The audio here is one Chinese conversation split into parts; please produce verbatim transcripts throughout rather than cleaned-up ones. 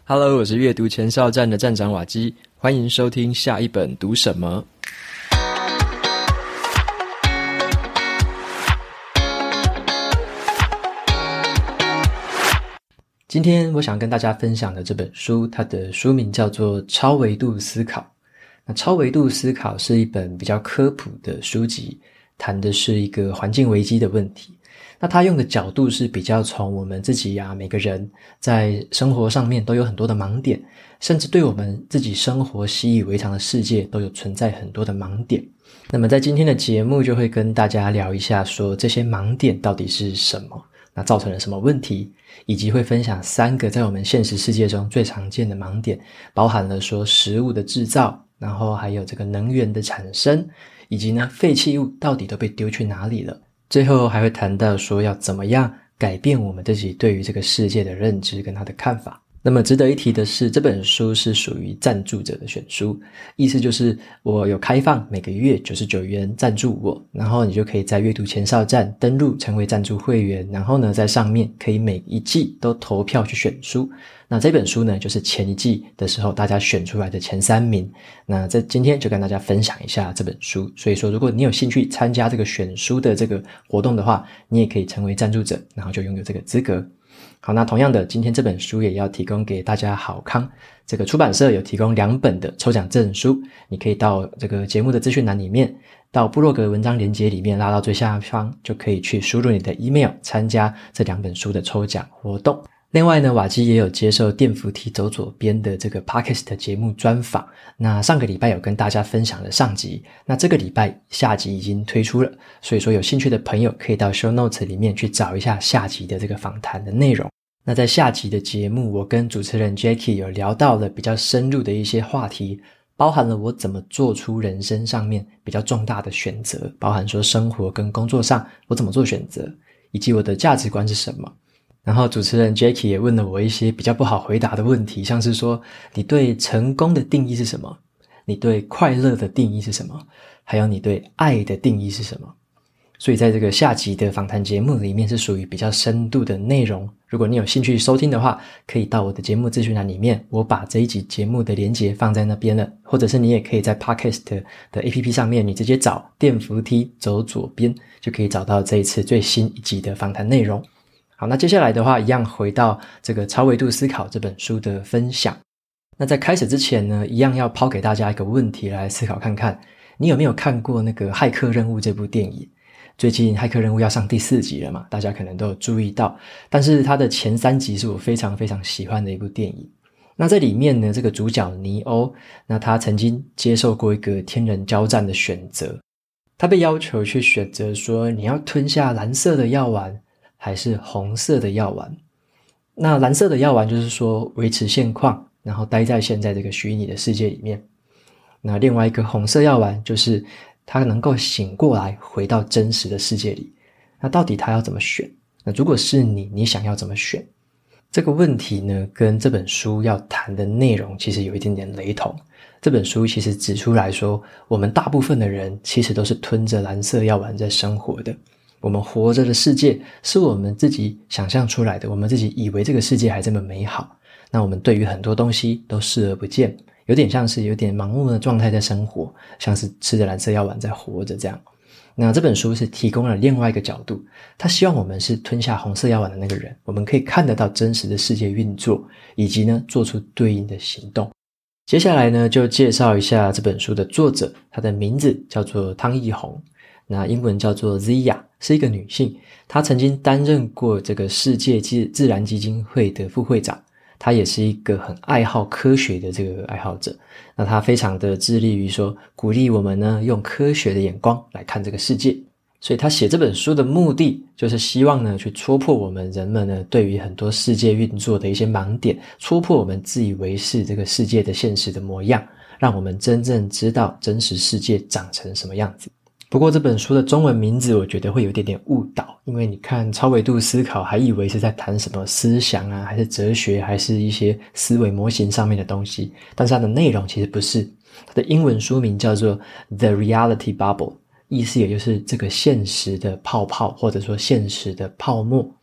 Hello， 我是阅读前哨站的站长瓦基，欢迎收听下一本读什么。今天我想跟大家分享的这本书，它的书名叫做《超维度思考》。那超维度思考是一本比较科普的书籍，谈的是一个环境危机的问题。那他用的角度是比较从我们自己啊，每个人在生活上面都有很多的盲点，甚至对我们自己生活习以为常的世界都有存在很多的盲点。那么在今天的节目就会跟大家聊一下，说这些盲点到底是什么，那造成了什么问题，以及会分享三个在我们现实世界中最常见的盲点，包含了说食物的制造，然后还有这个能源的产生，以及呢废弃物到底都被丢去哪里了。最后还会谈到说要怎么样改变我们自己对于这个世界的认知跟他的看法。那么值得一提的是，这本书是属于赞助者的选书，意思就是我有开放每个月九十九元赞助我，然后你就可以在阅读前哨站登录成为赞助会员，然后呢在上面可以每一季都投票去选书。那这本书呢就是前一季的时候大家选出来的前三名，那在今天就跟大家分享一下这本书。所以说如果你有兴趣参加这个选书的这个活动的话，你也可以成为赞助者，然后就拥有这个资格。好，那同样的，今天这本书也要提供给大家好康，这个出版社有提供两本的抽奖证书，你可以到这个节目的资讯栏里面，到部落格文章连结里面拉到最下方，就可以去输入你的 email 参加这两本书的抽奖活动。另外呢，瓦基也有接受电扶梯走左边的这个 Podcast 节目专访，那上个礼拜有跟大家分享了上集，那这个礼拜下集已经推出了，所以说有兴趣的朋友可以到 show notes 里面去找一下下集的这个访谈的内容。那在下集的节目，我跟主持人 Jackie 有聊到了比较深入的一些话题，包含了我怎么做出人生上面比较重大的选择，包含说生活跟工作上我怎么做选择，以及我的价值观是什么。然后主持人 Jackie 也问了我一些比较不好回答的问题，像是说你对成功的定义是什么，你对快乐的定义是什么，还有你对爱的定义是什么。所以在这个下集的访谈节目里面是属于比较深度的内容，如果你有兴趣收听的话，可以到我的节目资讯栏里面，我把这一集节目的连结放在那边了，或者是你也可以在 Podcast 的 A P P 上面，你直接找电扶梯走左边，就可以找到这一次最新一集的访谈内容。好，那接下来的话一样回到这个超维度思考这本书的分享。那在开始之前呢，一样要抛给大家一个问题来思考看看，你有没有看过那个骇客任务这部电影？最近骇客任务要上第四集了嘛，大家可能都有注意到，但是它的前三集是我非常非常喜欢的一部电影。那在里面呢，这个主角尼欧，那他曾经接受过一个天人交战的选择，他被要求去选择说你要吞下蓝色的药丸还是红色的药丸。那蓝色的药丸就是说维持现况，然后待在现在这个虚拟的世界里面。那另外一个红色药丸就是他能够醒过来回到真实的世界里。那到底他要怎么选？那如果是你，你想要怎么选？这个问题呢，跟这本书要谈的内容其实有一点点雷同。这本书其实指出来说，我们大部分的人其实都是吞着蓝色药丸在生活的。我们活着的世界是我们自己想象出来的，我们自己以为这个世界还这么美好，那我们对于很多东西都视而不见，有点像是有点盲目的状态在生活，像是吃着蓝色药丸在活着这样。那这本书是提供了另外一个角度，他希望我们是吞下红色药丸的那个人，我们可以看得到真实的世界运作，以及呢做出对应的行动。接下来呢就介绍一下这本书的作者，她的名字叫做汤奕红，那英文叫做 Zia， 是一个女性，她曾经担任过这个世界自然基金会的副会长，她也是一个很爱好科学的这个爱好者。那她非常的致力于说鼓励我们呢用科学的眼光来看这个世界，所以她写这本书的目的就是希望呢去戳破我们人们呢对于很多世界运作的一些盲点，戳破我们自以为是这个世界的现实的模样，让我们真正知道真实世界长成什么样子。不过这本书的中文名字我觉得会有一点点误导，因为你看超维度思考还以为是在谈什么思想啊，还是哲学，还是一些思维模型上面的东西，但是它的内容其实不是。它的英文书名叫做 The Reality Bubble， 意思也就是这个现实的泡泡，或者说现实的泡沫。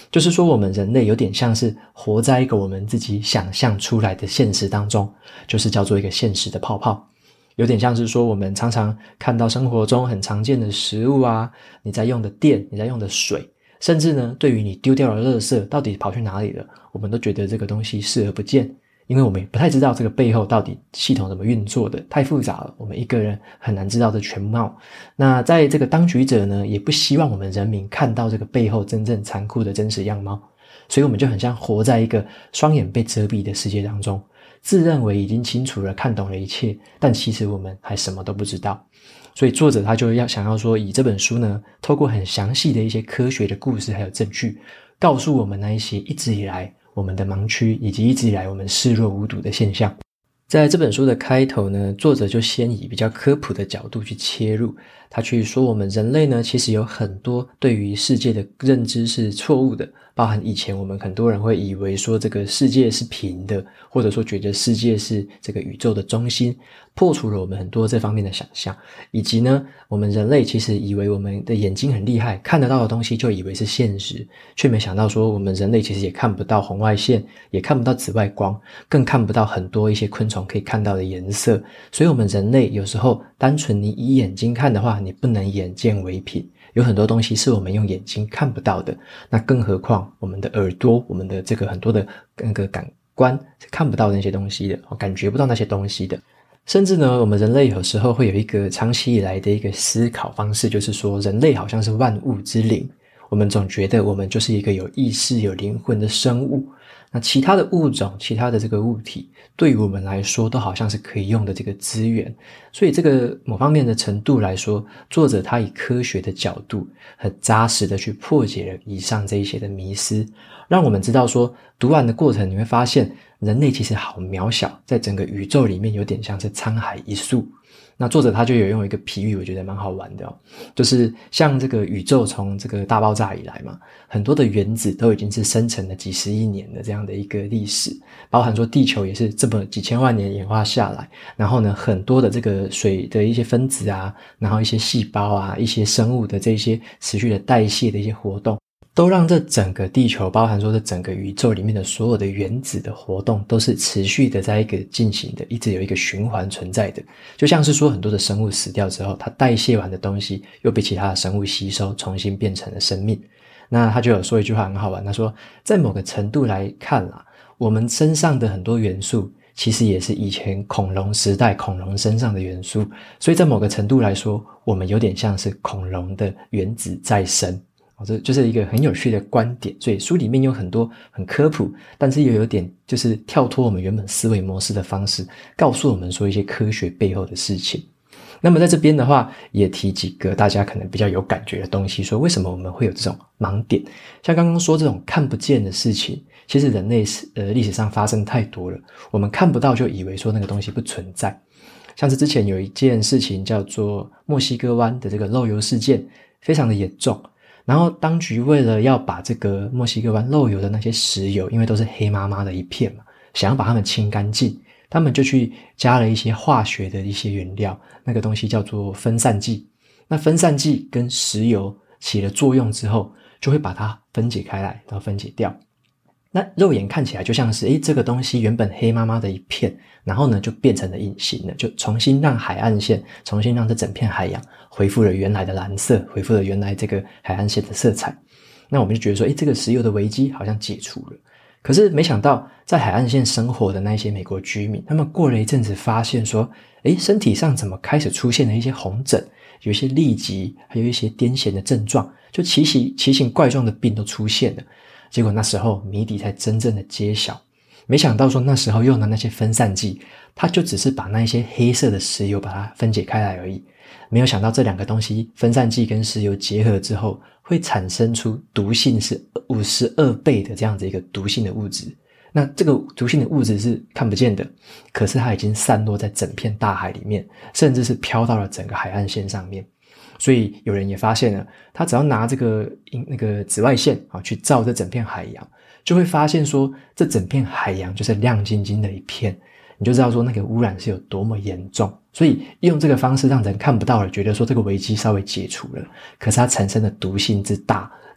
就是说我们人类有点像是活在一个我们自己想象出来的现实当中，就是叫做一个现实的泡泡。有点像是说我们常常看到生活中很常见的食物啊，你在用的电，你在用的水，甚至呢对于你丢掉的垃圾到底跑去哪里了，我们都觉得这个东西视而不见，因为我们也不太知道这个背后到底系统怎么运作的，太复杂了，我们一个人很难知道这全貌。那在这个当局者呢，也不希望我们人民看到这个背后真正残酷的真实样貌，所以我们就很像活在一个双眼被遮蔽的世界当中，自认为已经清楚了看懂了一切，但其实我们还什么都不知道。所以作者他就要想要说，以这本书呢，透过很详细的一些科学的故事还有证据，告诉我们那一些一直以来我们的盲区，以及一直以来我们视若无睹的现象。在这本书的开头呢，作者就先以比较科普的角度去切入，他去说我们人类呢，其实有很多对于世界的认知是错误的，包含以前我们很多人会以为说这个世界是平的，或者说觉得世界是这个宇宙的中心，破除了我们很多这方面的想象。以及呢，我们人类其实以为我们的眼睛很厉害，看得到的东西就以为是现实，却没想到说我们人类其实也看不到红外线，也看不到紫外光，更看不到很多一些昆虫可以看到的颜色。所以我们人类有时候单纯你以眼睛看的话，你不能眼见为凭，有很多东西是我们用眼睛看不到的，那更何况我们的耳朵，我们的这个很多的那个感官是看不到那些东西的，感觉不到那些东西的。甚至呢，我们人类有时候会有一个长期以来的一个思考方式，就是说人类好像是万物之灵，我们总觉得我们就是一个有意识有灵魂的生物，那其他的物种，其他的这个物体对于我们来说都好像是可以用的这个资源。所以这个某方面的程度来说，作者他以科学的角度很扎实的去破解了以上这一些的迷思，让我们知道说读完的过程你会发现人类其实好渺小，在整个宇宙里面有点像是沧海一粟。那作者他就有用一个比喻，我觉得蛮好玩的哦，就是像这个宇宙从这个大爆炸以来嘛，很多的原子都已经是生成了几十亿年的这样的一个历史，包含说地球也是这么几千万年演化下来，然后呢很多的这个水的一些分子啊，然后一些细胞啊，一些生物的这些持续的代谢的一些活动，都让这整个地球，包含说这整个宇宙里面的所有的原子的活动都是持续的在一个进行的，一直有一个循环存在的。就像是说很多的生物死掉之后，它代谢完的东西又被其他的生物吸收，重新变成了生命。那他就有说一句话很好玩，他说在某个程度来看啦，我们身上的很多元素其实也是以前恐龙时代恐龙身上的元素，所以在某个程度来说，我们有点像是恐龙的原子再生。这就是一个很有趣的观点，所以书里面有很多很科普，但是又有点就是跳脱我们原本思维模式的方式，告诉我们说一些科学背后的事情。那么在这边的话，也提几个大家可能比较有感觉的东西，说为什么我们会有这种盲点。像刚刚说这种看不见的事情，其实人类呃历史上发生太多了，我们看不到就以为说那个东西不存在。像是之前有一件事情叫做墨西哥湾的这个漏油事件，非常的严重。然后当局为了要把这个墨西哥湾漏油的那些石油，因为都是黑麻麻的一片嘛，想要把它们清干净，他们就去加了一些化学的一些原料，那个东西叫做分散剂。那分散剂跟石油起了作用之后，就会把它分解开来，然后分解掉。那肉眼看起来就像是诶这个东西原本黑麻麻的一片，然后呢就变成了隐形了，就重新让海岸线，重新让这整片海洋恢复了原来的蓝色，恢复了原来这个海岸线的色彩。那我们就觉得说诶这个石油的危机好像解除了。可是没想到在海岸线生活的那些美国居民，他们过了一阵子发现说诶身体上怎么开始出现了一些红疹，有一些痢疾，还有一些癫痫的症状，就奇奇奇形怪状的病都出现了。结果那时候谜底才真正的揭晓，没想到说那时候用的那些分散剂，它就只是把那一些黑色的石油把它分解开来而已，没有想到这两个东西分散剂跟石油结合之后，会产生出毒性是五十二倍的这样子一个毒性的物质。那这个毒性的物质是看不见的，可是它已经散落在整片大海里面，甚至是飘到了整个海岸线上面。所以有人也发现了，他只要拿这个那个紫外线啊去照这整片海洋，就会发现说这整片海洋就是亮晶晶的一片，你就知道说那个污染是有多么严重。所以用这个方式让人看不到了，觉得说这个危机稍微解除了，可是它产生的毒性之大，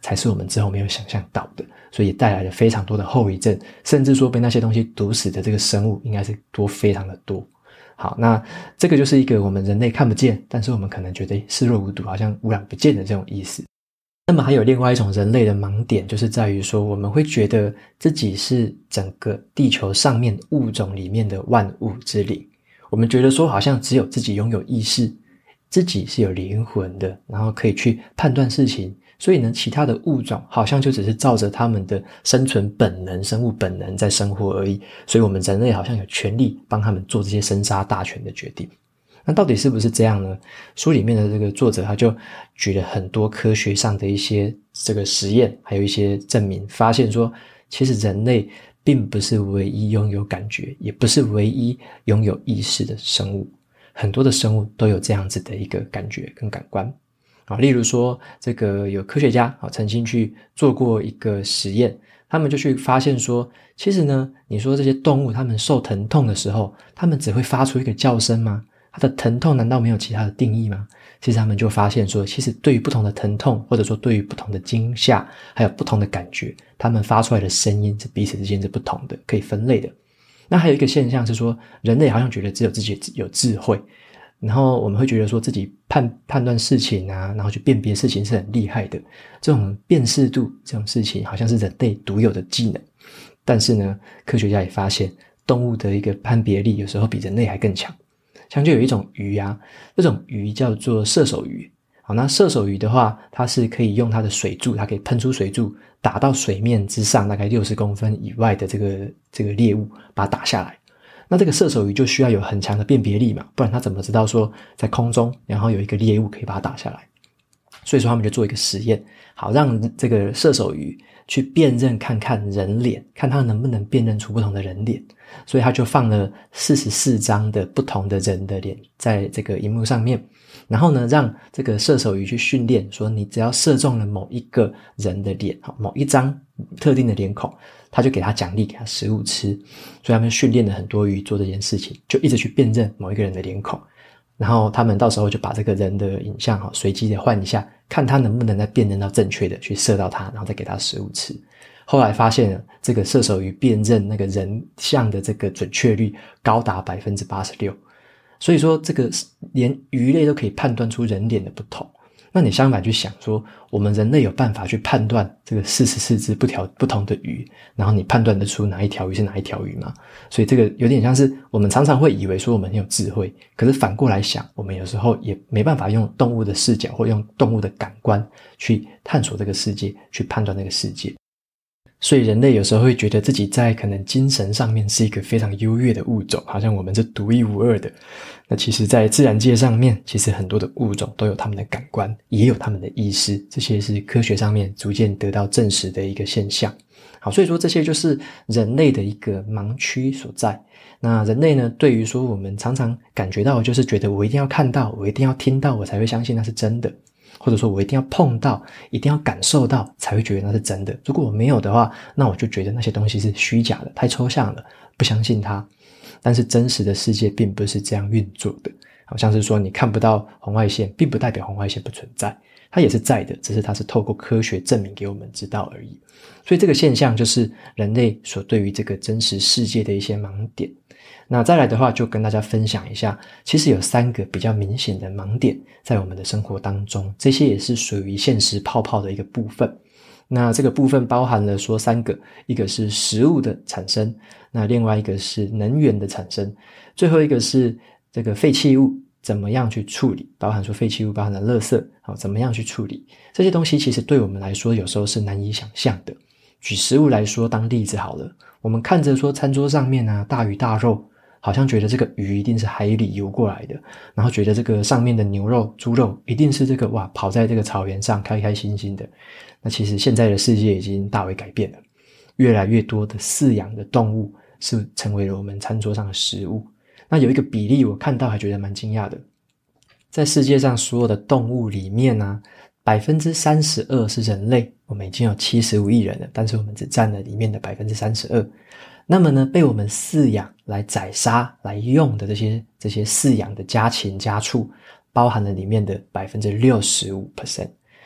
才是我们之后没有想象到的，所以也带来了非常多的后遗症，甚至说被那些东西毒死的这个生物应该是多非常的多。好，那这个就是一个我们人类看不见，但是我们可能觉得视若无睹，好像污染不见的这种意思。那么还有另外一种人类的盲点，就是在于说我们会觉得自己是整个地球上面物种里面的万物之灵，我们觉得说好像只有自己拥有意识，自己是有灵魂的，然后可以去判断事情，所以呢其他的物种好像就只是照着他们的生存本能生物本能在生活而已，所以我们人类好像有权利帮他们做这些生杀大权的决定。那到底是不是这样呢？书里面的这个作者他就举了很多科学上的一些这个实验，还有一些证明，发现说其实人类并不是唯一拥有感觉，也不是唯一拥有意识的生物，很多的生物都有这样子的一个感觉跟感官。啊，例如说这个有科学家啊曾经去做过一个实验，他们就去发现说，其实呢你说这些动物它们受疼痛的时候，它们只会发出一个叫声吗？它的疼痛难道没有其他的定义吗？其实他们就发现说，其实对于不同的疼痛，或者说对于不同的惊吓，还有不同的感觉，他们发出来的声音是彼此之间是不同的，可以分类的。那还有一个现象是说，人类好像觉得只有自己有智慧，然后我们会觉得说自己判判断事情啊，然后去辨别事情是很厉害的，这种辨识度这种事情好像是人类独有的技能。但是呢，科学家也发现动物的一个判别力有时候比人类还更强。像就有一种鱼啊，这种鱼叫做射手鱼。好，那射手鱼的话，它是可以用它的水柱，它可以喷出水柱，打到水面之上大概六十公分以外的这个这个猎物，把它打下来。那这个射手鱼就需要有很强的辨别力嘛，不然它怎么知道说在空中然后有一个猎物可以把它打下来？所以说他们就做一个实验，好让这个射手鱼去辨认看看人脸，看它能不能辨认出不同的人脸。所以他就放了四十四张的不同的人的脸在这个萤幕上面，然后呢让这个射手鱼去训练，说你只要射中了某一个人的脸，某一张特定的脸孔，他就给他奖励，给他食物吃。所以他们训练了很多鱼做这件事情，就一直去辨认某一个人的脸孔，然后他们到时候就把这个人的影像随机的换一下，看他能不能再辨认到正确的去射到他，然后再给他食物吃。后来发现了这个射手鱼辨认那个人像的这个准确率高达 百分之八十六， 所以说这个连鱼类都可以判断出人脸的不同。那你相反去想说，我们人类有办法去判断这个四十四只不条不同的鱼，然后你判断得出哪一条鱼是哪一条鱼吗？所以这个有点像是我们常常会以为说我们很有智慧，可是反过来想，我们有时候也没办法用动物的视角或用动物的感官去探索这个世界，去判断这个世界。所以人类有时候会觉得自己在可能精神上面是一个非常优越的物种，好像我们是独一无二的。那其实在自然界上面，其实很多的物种都有他们的感官，也有他们的意识，这些是科学上面逐渐得到证实的一个现象。好，所以说这些就是人类的一个盲区所在。那人类呢，对于说我们常常感觉到就是觉得我一定要看到，我一定要听到，我才会相信那是真的。或者说我一定要碰到，一定要感受到才会觉得那是真的。如果我没有的话，那我就觉得那些东西是虚假的，太抽象了，不相信它。但是真实的世界并不是这样运作的。好像是说你看不到红外线，并不代表红外线不存在，它也是在的，只是它是透过科学证明给我们知道而已。所以这个现象就是人类所对于这个真实世界的一些盲点。那再来的话，就跟大家分享一下，其实有三个比较明显的盲点在我们的生活当中，这些也是属于现实泡泡的一个部分。那这个部分包含了说三个，一个是食物的产生，那另外一个是能源的产生，最后一个是这个废弃物怎么样去处理，包含说废弃物包含了垃圾，好，怎么样去处理这些东西，其实对我们来说有时候是难以想象的。举食物来说当例子好了，我们看着说餐桌上面啊大鱼大肉，好像觉得这个鱼一定是海里游过来的，然后觉得这个上面的牛肉猪肉一定是这个哇跑在这个草原上开开心心的。那其实现在的世界已经大为改变了，越来越多的饲养的动物是成为了我们餐桌上的食物。那有一个比例我看到还觉得蛮惊讶的，在世界上所有的动物里面啊 百分之三十二 是人类，我们已经有七十五亿人了，但是我们只占了里面的 百分之三十二。那么呢，被我们饲养来宰杀来用的这些这些饲养的家禽家畜，包含了里面的 百分之六十五。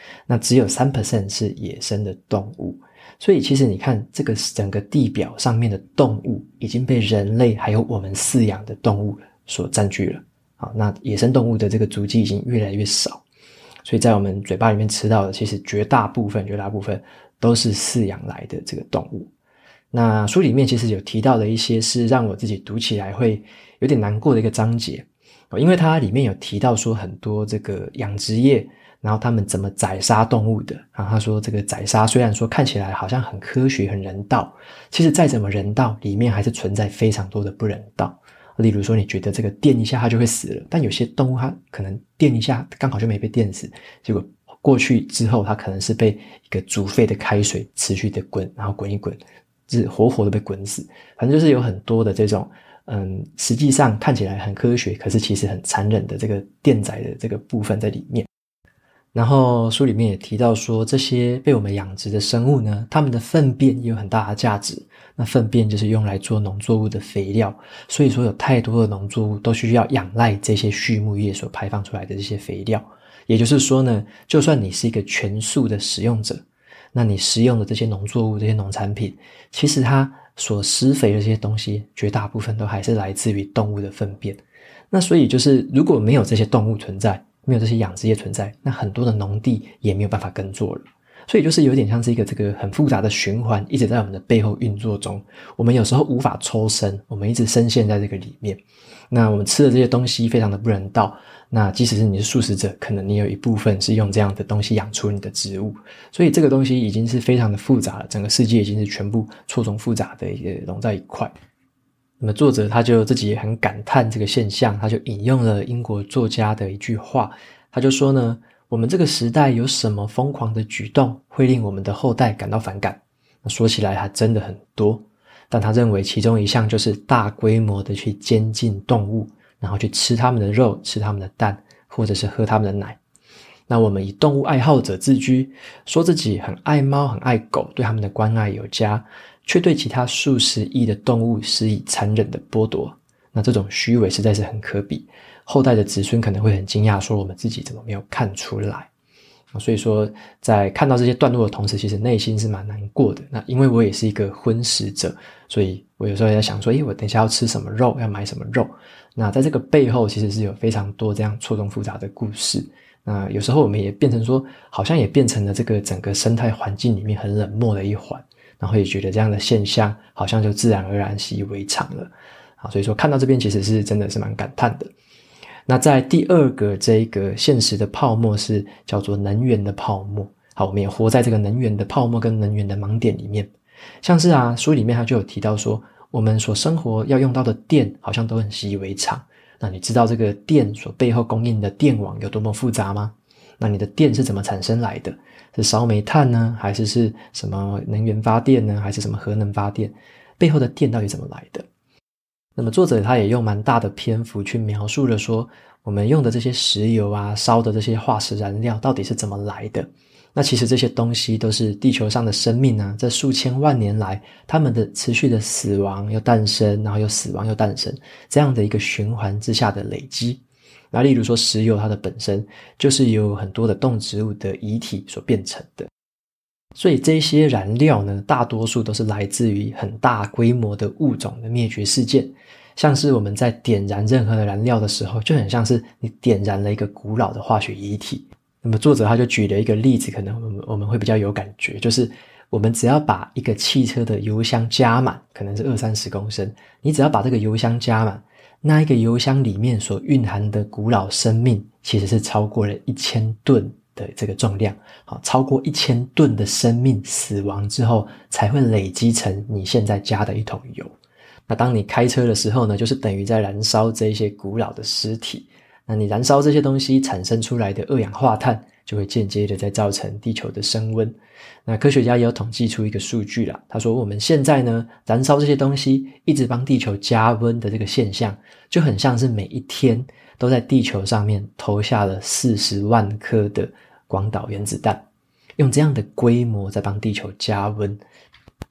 那只有 百分之三 是野生的动物。所以其实你看这个整个地表上面的动物已经被人类还有我们饲养的动物所占据了。好，那野生动物的这个足迹已经越来越少，所以在我们嘴巴里面吃到的其实绝大部分绝大部分都是饲养来的这个动物。那书里面其实有提到的一些是让我自己读起来会有点难过的一个章节，因为它里面有提到说很多这个养殖业然后他们怎么宰杀动物的。然后他说这个宰杀虽然说看起来好像很科学很人道，其实再怎么人道里面还是存在非常多的不人道。例如说你觉得这个电一下它就会死了，但有些动物它可能电一下刚好就没被电死，结果过去之后它可能是被一个煮沸的开水持续的滚，然后滚一滚是活活的被滚死。反正就是有很多的这种嗯，实际上看起来很科学可是其实很残忍的这个电宰的这个部分在里面。然后书里面也提到说这些被我们养殖的生物呢，它们的粪便也有很大的价值。那粪便就是用来做农作物的肥料，所以说有太多的农作物都需要仰赖这些畜牧业所排放出来的这些肥料。也就是说呢，就算你是一个全素的使用者，那你食用的这些农作物这些农产品，其实它所施肥的这些东西绝大部分都还是来自于动物的粪便。那所以就是如果没有这些动物存在，没有这些养殖业存在，那很多的农地也没有办法耕作了。所以就是有点像是一个这个很复杂的循环一直在我们的背后运作中，我们有时候无法抽身，我们一直深陷在这个里面。那我们吃的这些东西非常的不人道，那即使是你是素食者，可能你有一部分是用这样的东西养出你的植物，所以这个东西已经是非常的复杂了，整个世界已经是全部错综复杂的一个融在一块。那么作者他就自己也很感叹这个现象，他就引用了英国作家的一句话，他就说呢，我们这个时代有什么疯狂的举动会令我们的后代感到反感？那说起来还真的很多，但他认为其中一项就是大规模的去监禁动物，然后去吃他们的肉，吃他们的蛋，或者是喝他们的奶。那我们以动物爱好者自居，说自己很爱猫很爱狗，对他们的关爱有加，却对其他数十亿的动物施以残忍的剥夺。那这种虚伪实在是很可比，后代的子孙可能会很惊讶，说我们自己怎么没有看出来。所以说在看到这些段落的同时，其实内心是蛮难过的。那因为我也是一个荤食者，所以我有时候也在想说，诶，我等一下要吃什么肉，要买什么肉。那在这个背后其实是有非常多这样错综复杂的故事。那有时候我们也变成说，好像也变成了这个整个生态环境里面很冷漠的一环，然后也觉得这样的现象好像就自然而然习以为常了。好，所以说看到这边其实是真的是蛮感叹的。那在第二个这个现实的泡沫是叫做能源的泡沫。好，我们也活在这个能源的泡沫跟能源的盲点里面。像是啊，书里面它就有提到说，我们所生活要用到的电好像都很习以为常。那你知道这个电所背后供应的电网有多么复杂吗？那你的电是怎么产生来的？是烧煤炭呢？还是是什么能源发电呢？还是什么核能发电？背后的电到底怎么来的？那么作者他也用蛮大的篇幅去描述了说，我们用的这些石油啊，烧的这些化石燃料到底是怎么来的。那其实这些东西都是地球上的生命啊，这数千万年来他们的持续的死亡又诞生，然后又死亡又诞生，这样的一个循环之下的累积。那例如说石油它的本身就是由很多的动植物的遗体所变成的，所以这些燃料呢，大多数都是来自于很大规模的物种的灭绝事件。像是我们在点燃任何的燃料的时候，就很像是你点燃了一个古老的化学遗体。那么作者他就举了一个例子，可能我们我们会比较有感觉，就是我们只要把一个汽车的油箱加满，可能是二三十公升，你只要把这个油箱加满，那一个油箱里面所蕴含的古老生命其实是超过了一千吨的这个重量。好，超过一千吨的生命死亡之后，才会累积成你现在加的一桶油。那当你开车的时候呢，就是等于在燃烧这些古老的尸体。那你燃烧这些东西产生出来的二氧化碳，就会间接的在造成地球的升温。那科学家也有统计出一个数据啦，他说我们现在呢燃烧这些东西一直帮地球加温的这个现象，就很像是每一天都在地球上面投下了四十万颗的广岛原子弹，用这样的规模在帮地球加温。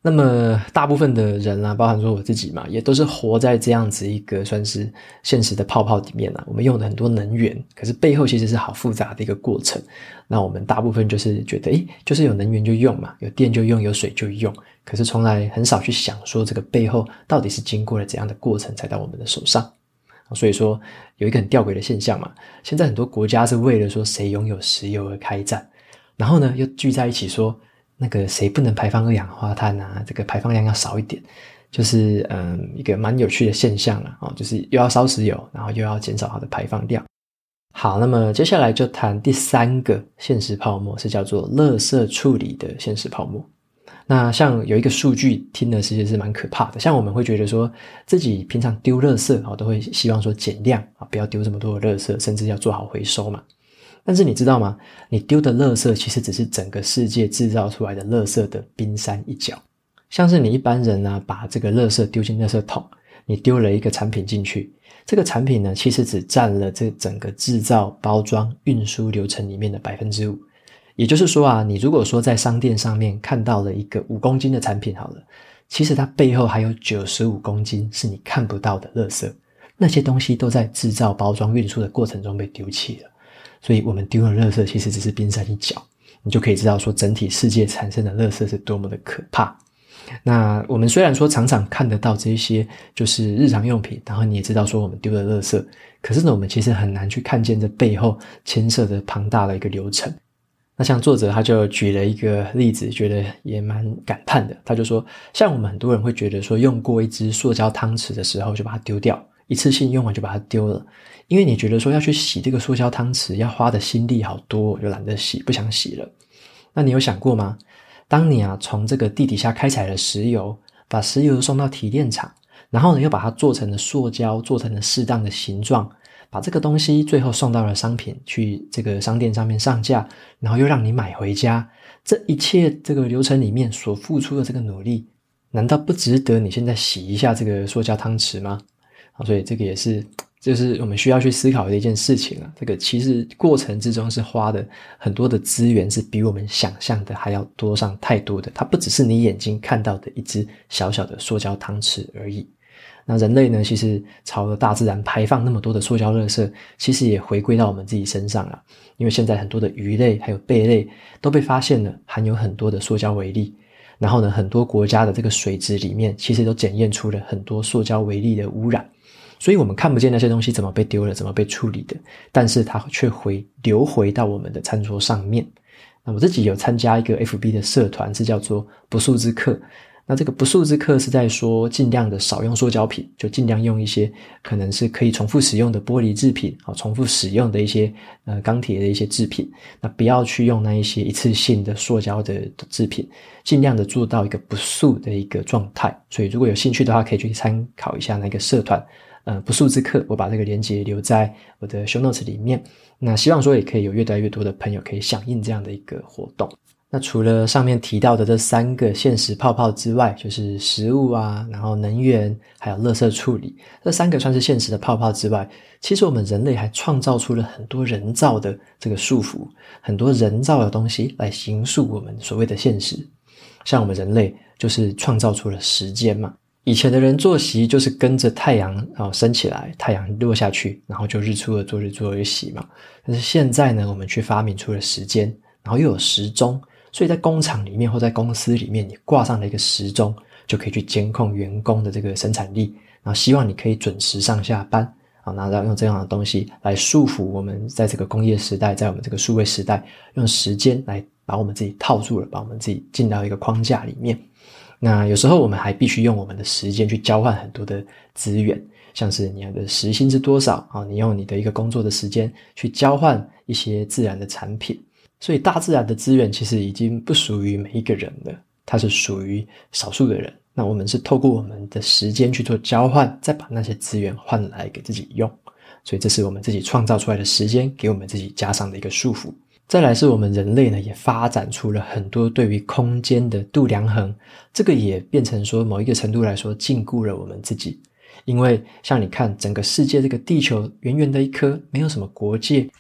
那么大部分的人啊，包含说我自己嘛，也都是活在这样子一个算是现实的泡泡里面啊。我们用了很多能源，可是背后其实是好复杂的一个过程。那我们大部分就是觉得，诶，就是有能源就用嘛，有电就用，有水就用。可是从来很少去想说这个背后到底是经过了怎样的过程才到我们的手上。所以说有一个很吊诡的现象嘛，现在很多国家是为了说谁拥有石油而开战，然后呢又聚在一起说那个谁不能排放二氧化碳啊，这个排放量要少一点，就是嗯一个蛮有趣的现象啦、哦、就是又要烧石油，然后又要减少它的排放量。好，那么接下来就谈第三个现实泡沫，是叫做垃圾处理的现实泡沫。那像有一个数据听的其实是蛮可怕的，像我们会觉得说自己平常丢垃圾、哦、都会希望说减量、哦、不要丢这么多的垃圾，甚至要做好回收嘛。但是你知道吗？你丢的垃圾其实只是整个世界制造出来的垃圾的冰山一角。像是你一般人啊，把这个垃圾丢进垃圾桶，你丢了一个产品进去，这个产品呢，其实只占了这整个制造、包装、运输流程里面的 百分之五。也就是说啊，你如果说在商店上面看到了一个五公斤的产品好了，其实它背后还有九十五公斤是你看不到的垃圾，那些东西都在制造、包装、运输的过程中被丢弃了。所以我们丢了垃圾其实只是冰山一角，你就可以知道说整体世界产生的垃圾是多么的可怕。那我们虽然说常常看得到这些就是日常用品，然后你也知道说我们丢了垃圾，可是呢我们其实很难去看见这背后牵涉的庞大的一个流程。那像作者他就举了一个例子，觉得也蛮感叹的，他就说像我们很多人会觉得说用过一支塑胶汤匙的时候就把它丢掉，一次性用完就把它丢了，因为你觉得说要去洗这个塑胶汤匙要花的心力好多，我就懒得洗，不想洗了。那你有想过吗？当你啊从这个地底下开采了石油，把石油送到提炼厂，然后呢又把它做成了塑胶，做成了适当的形状，把这个东西最后送到了商品去这个商店上面上架，然后又让你买回家，这一切这个流程里面所付出的这个努力，难道不值得你现在洗一下这个塑胶汤匙吗？所以这个也是就是我们需要去思考的一件事情啊。这个其实过程之中是花的很多的资源，是比我们想象的还要多上太多的，它不只是你眼睛看到的一只小小的塑胶汤匙而已。那人类呢，其实朝着大自然排放那么多的塑胶垃圾，其实也回归到我们自己身上了。因为现在很多的鱼类还有贝类都被发现了含有很多的塑胶微粒，然后呢很多国家的这个水质里面其实都检验出了很多塑胶微粒的污染，所以我们看不见那些东西怎么被丢了，怎么被处理的，但是它却回流回到我们的餐桌上面。那我自己有参加一个 F B 的社团，是叫做不速之客。那这个不速之客是在说尽量的少用塑胶品，就尽量用一些可能是可以重复使用的玻璃制品，重复使用的一些呃钢铁的一些制品，那不要去用那一些一次性的塑胶的制品，尽量的做到一个不速的一个状态。所以如果有兴趣的话，可以去参考一下那个社团呃不速之客，我把这个连结留在我的 show notes 里面。那希望说也可以有越来越多的朋友可以响应这样的一个活动。那除了上面提到的这三个现实泡泡之外，就是食物啊，然后能源，还有垃圾处理，这三个算是现实的泡泡之外，其实我们人类还创造出了很多人造的这个束缚，很多人造的东西来形塑我们所谓的现实。像我们人类就是创造出了时间嘛，以前的人作息就是跟着太阳然后升起来，太阳落下去，然后就日出而作日作而息嘛。但是现在呢，我们却发明出了时间，然后又有时钟，所以在工厂里面或在公司里面，你挂上了一个时钟，就可以去监控员工的这个生产力，然后希望你可以准时上下班，然后用这样的东西来束缚我们在这个工业时代，在我们这个数位时代，用时间来把我们自己套住了，把我们自己进到一个框架里面。那有时候我们还必须用我们的时间去交换很多的资源，像是你的时薪是多少，你用你的一个工作的时间去交换一些自然的产品。所以大自然的资源其实已经不属于每一个人了，它是属于少数的人。那我们是透过我们的时间去做交换，再把那些资源换来给自己用。所以这是我们自己创造出来的时间，给我们自己加上的一个束缚。再来是我们人类呢，也发展出了很多对于空间的度量衡，这个也变成说某一个程度来说禁锢了我们自己。因为像你看整个世界这个地球圆圆的一颗，没有什么国界，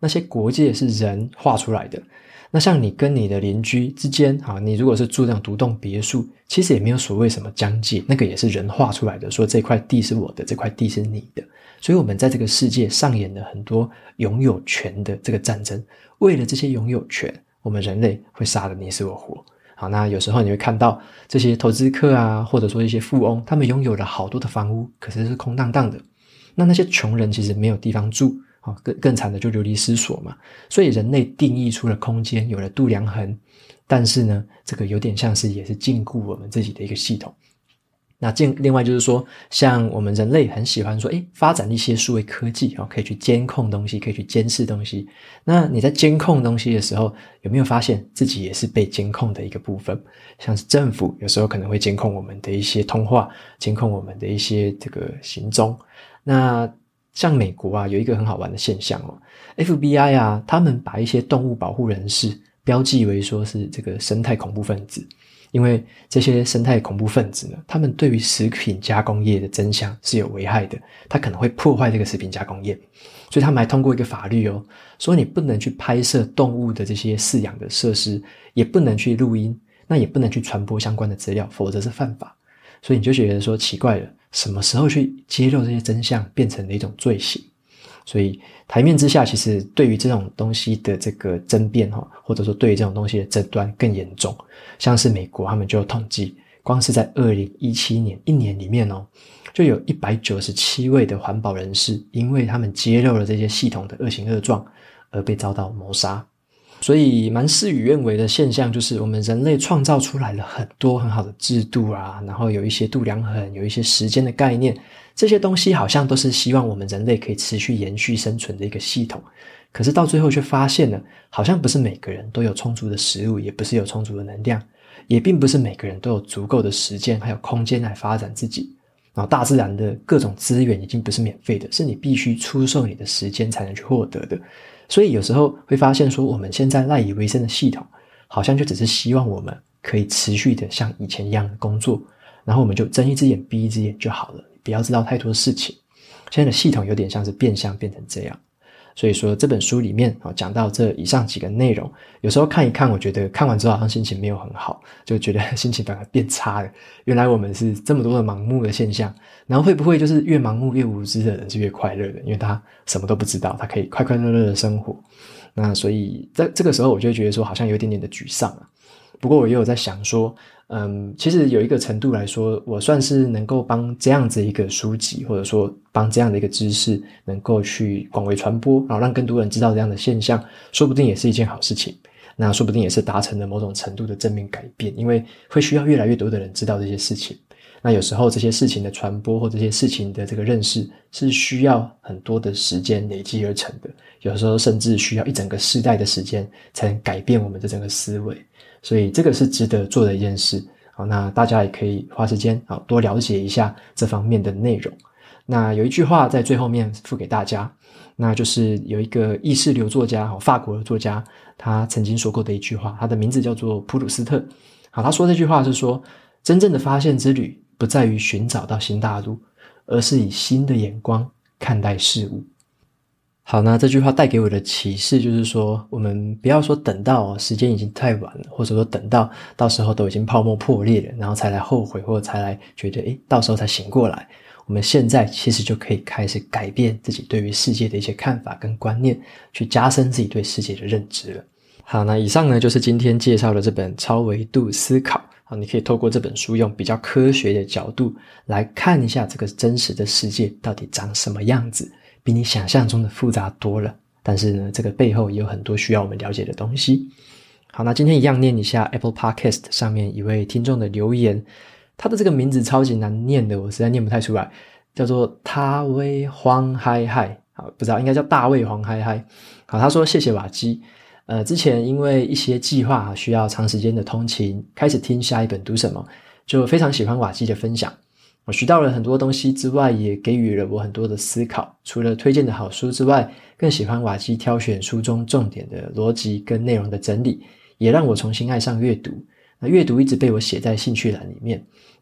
那些国界是人画出来的。那像你跟你的邻居之间，好，你如果是住那种独栋别墅，其实也没有所谓什么疆界，那个也是人画出来的，说这块地是我的，这块地是你的。所以我们在这个世界上演了很多拥有权的这个战争，为了这些拥有权，我们人类会杀得你死我活。好，那有时候你会看到这些投资客啊，或者说一些富翁，他们拥有了好多的房屋，可是是空荡荡的。那那些穷人其实没有地方住，更更惨的就流离失所嘛。所以人类定义出了空间，有了度量衡，但是呢，这个有点像是也是禁锢我们自己的一个系统。那另外就是说，像我们人类很喜欢说，诶，发展一些数位科技，哦，可以去监控东西，可以去监视东西。那你在监控东西的时候，有没有发现自己也是被监控的一个部分？像是政府有时候可能会监控我们的一些通话，监控我们的一些这个行踪。那像美国啊，有一个很好玩的现象哦 ，F B I 啊，他们把一些动物保护人士标记为说是这个生态恐怖分子。因为这些生态恐怖分子呢，他们对于食品加工业的真相是有危害的，他可能会破坏这个食品加工业，所以他们还通过一个法律哦，说你不能去拍摄动物的这些饲养的设施，也不能去录音，那也不能去传播相关的资料，否则是犯法。所以你就觉得说奇怪了，什么时候去揭露这些真相变成了一种罪行？所以台面之下，其实对于这种东西的这个争辩或者说对于这种东西的争端更严重。像是美国他们就有统计，光是在二零一七年一年里面哦，就有一百九十七位的环保人士因为他们揭露了这些系统的恶行恶状而被遭到谋杀。所以蛮事与愿违的现象就是我们人类创造出来了很多很好的制度啊，然后有一些度量衡，有一些时间的概念，这些东西好像都是希望我们人类可以持续延续生存的一个系统。可是到最后却发现了，好像不是每个人都有充足的食物，也不是有充足的能量，也并不是每个人都有足够的时间还有空间来发展自己。然后大自然的各种资源已经不是免费的，是你必须出售你的时间才能去获得的。所以有时候会发现说，我们现在赖以为生的系统好像就只是希望我们可以持续的像以前一样的工作，然后我们就睁一只眼闭一只眼就好了，不要知道太多事情。现在的系统有点像是变相变成这样。所以说这本书里面讲到这以上几个内容，有时候看一看，我觉得看完之后好像心情没有很好，就觉得心情反而变差了。原来我们是这么多的盲目的现象，然后会不会就是越盲目越无知的人是越快乐的，因为他什么都不知道，他可以快快乐乐的生活。那所以在这个时候我就会觉得说好像有一点点的沮丧啊。不过我也有在想说，嗯，其实有一个程度来说，我算是能够帮这样子一个书籍，或者说帮这样的一个知识能够去广为传播，然后让更多人知道这样的现象，说不定也是一件好事情。那说不定也是达成了某种程度的正面改变，因为会需要越来越多的人知道这些事情。那有时候这些事情的传播或这些事情的这个认识是需要很多的时间累积而成的，有时候甚至需要一整个世代的时间才能改变我们的整个思维。所以这个是值得做的一件事。好，那大家也可以花时间好多了解一下这方面的内容。那有一句话在最后面附给大家，那就是有一个意识流作家，法国的作家，他曾经说过的一句话，他的名字叫做普鲁斯特。好，他说这句话是说，真正的发现之旅不在于寻找到新大陆，而是以新的眼光看待事物。好，那这句话带给我的启示就是说，我们不要说等到时间已经太晚了，或者说等到到时候都已经泡沫破裂了，然后才来后悔，或者才来觉得诶到时候才醒过来。我们现在其实就可以开始改变自己对于世界的一些看法跟观念，去加深自己对世界的认知了。好，那以上呢就是今天介绍的这本超维度思考。好，你可以透过这本书用比较科学的角度来看一下这个真实的世界到底长什么样子，比你想象中的复杂多了。但是呢，这个背后也有很多需要我们了解的东西。好，那今天一样念一下 Apple Podcast 上面一位听众的留言，他的这个名字超级难念的，我实在念不太出来，叫做他威黄嗨嗨。好，不知道应该叫大卫黄嗨嗨。好，他说谢谢瓦基。呃，之前因为一些计划需要长时间的通勤，开始听下一本读什么，就非常喜欢瓦基的分享。我学到了很多东西之外，也给予了我很多的思考。除了推荐的好书之外，更喜欢瓦基挑选书中重点的逻辑跟内容的整理，也让我重新爱上阅读。那阅读一直被我写在兴趣栏里面，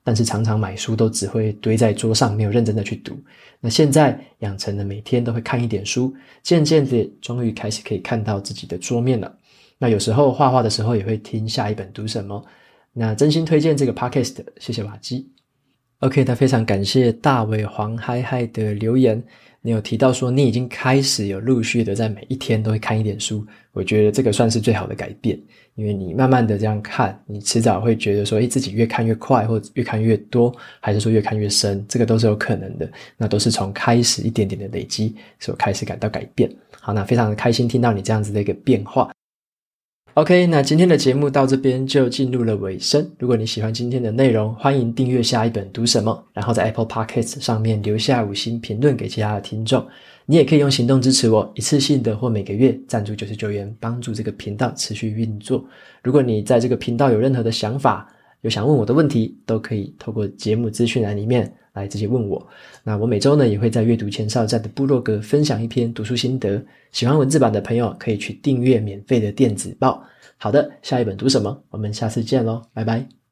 但是常常买书都只会堆在桌上，没有认真的去读。那现在养成了每天都会看一点书，渐渐的终于开始可以看到自己的桌面了。那有时候画画的时候也会听下一本读什么。那真心推荐这个 podcast， 谢谢瓦基。OK， 那非常感谢大尾黄嗨嗨的留言，你有提到说你已经开始有陆续的在每一天都会看一点书，我觉得这个算是最好的改变，因为你慢慢的这样看，你迟早会觉得说诶自己越看越快，或者越看越多，还是说越看越深，这个都是有可能的，那都是从开始一点点的累积所开始感到改变。好，那非常的开心听到你这样子的一个变化。OK， 那今天的节目到这边就进入了尾声。如果你喜欢今天的内容，欢迎订阅下一本读什么，然后在 Apple Podcast 上面留下五星评论给其他的听众。你也可以用行动支持我，一次性的或每个月赞助九十九元，帮助这个频道持续运作。如果你在这个频道有任何的想法，有想问我的问题，都可以透过节目资讯栏里面来直接问我。那我每周呢也会在阅读前哨站的部落格分享一篇读书心得，喜欢文字版的朋友可以去订阅免费的电子报。好的，下一本读什么？我们下次见咯，拜拜。